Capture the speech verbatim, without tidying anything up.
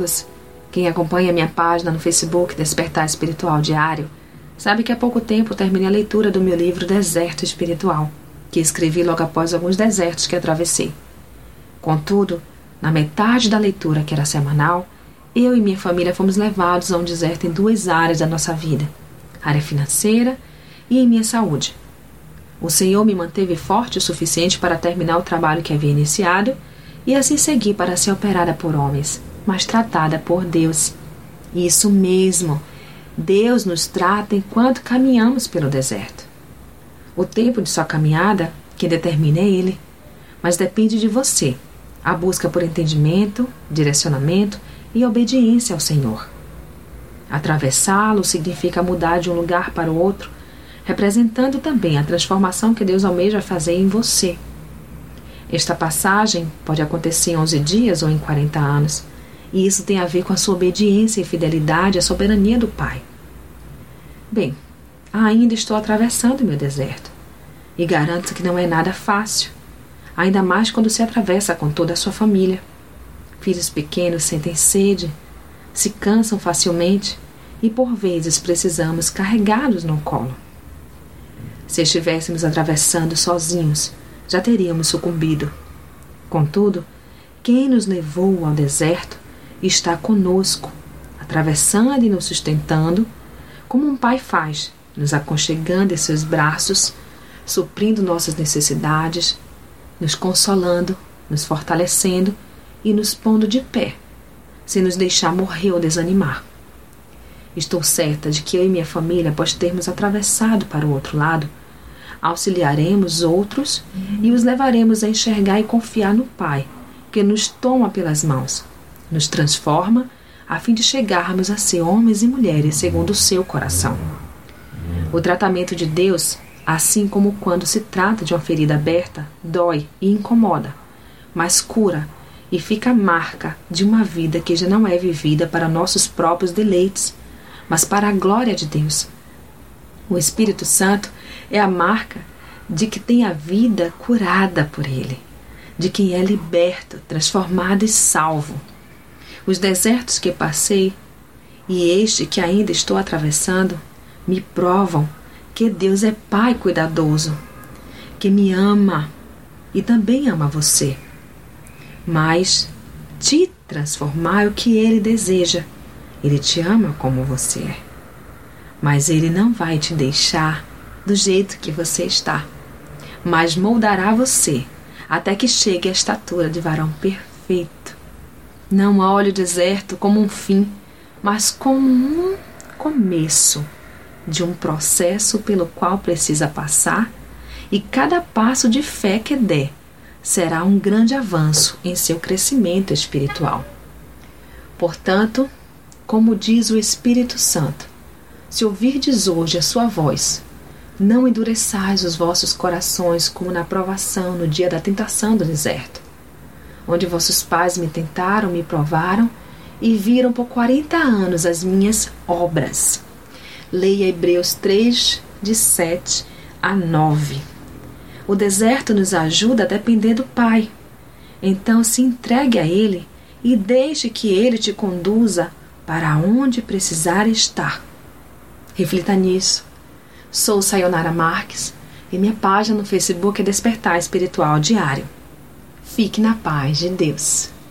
amigos, quem acompanha minha página no Facebook Despertar Espiritual Diário, sabe que há pouco tempo terminei a leitura do meu livro Deserto Espiritual, que escrevi logo após alguns desertos que atravessei. Contudo, na metade da leitura, que era semanal, eu e minha família fomos levados a um deserto em duas áreas da nossa vida, área financeira e em minha saúde. O Senhor me manteve forte o suficiente para terminar o trabalho que havia iniciado e assim seguir para ser operada por homens, mas tratada por Deus. Isso mesmo, Deus nos trata enquanto caminhamos pelo deserto. O tempo de sua caminhada, quem determina é Ele, mas depende de você, a busca por entendimento, direcionamento e obediência ao Senhor. Atravessá-lo significa mudar de um lugar para o outro, representando também a transformação que Deus almeja fazer em você. Esta passagem pode acontecer em onze dias ou em quarenta anos, e isso tem a ver com a sua obediência e fidelidade à soberania do Pai. Bem, ainda estou atravessando meu deserto, e garanto que não é nada fácil, ainda mais quando se atravessa com toda a sua família. Filhos pequenos sentem sede, se cansam facilmente e por vezes precisamos carregá-los no colo. Se estivéssemos atravessando sozinhos, já teríamos sucumbido. Contudo, quem nos levou ao deserto está conosco, atravessando e nos sustentando, como um pai faz, nos aconchegando em seus braços, suprindo nossas necessidades, nos consolando, nos fortalecendo e nos pondo de pé, sem nos deixar morrer ou desanimar. Estou certa de que eu e minha família, após termos atravessado para o outro lado, auxiliaremos outros e os levaremos a enxergar e confiar no Pai, que nos toma pelas mãos, nos transforma a fim de chegarmos a ser homens e mulheres segundo o seu coração. O tratamento de Deus, assim como quando se trata de uma ferida aberta, dói e incomoda, mas cura e fica a marca de uma vida que já não é vivida para nossos próprios deleites, mas para a glória de Deus. O Espírito Santo é a marca de que tem a vida curada por Ele, de quem é liberto, transformado e salvo. Os desertos que passei e este que ainda estou atravessando me provam que Deus é Pai cuidadoso, que me ama e também ama você. Mas te transformar é o que Ele deseja. Ele te ama como você é. Mas Ele não vai te deixar do jeito que você está, mas moldará você até que chegue à estatura de varão perfeito. Não olhe o deserto como um fim, mas como um começo de um processo pelo qual precisa passar, e cada passo de fé que der será um grande avanço em seu crescimento espiritual. Portanto, como diz o Espírito Santo, se ouvirdes hoje a sua voz, não endureçais os vossos corações como na provação no dia da tentação do deserto, onde vossos pais me tentaram, me provaram e viram por quarenta anos as minhas obras. Leia Hebreus três, de sete a nove. O deserto nos ajuda a depender do Pai. Então se entregue a Ele e deixe que Ele te conduza para onde precisar estar. Reflita nisso. Sou Sayonara Marques e minha página no Facebook é Despertar Espiritual Diário. Fique na paz de Deus.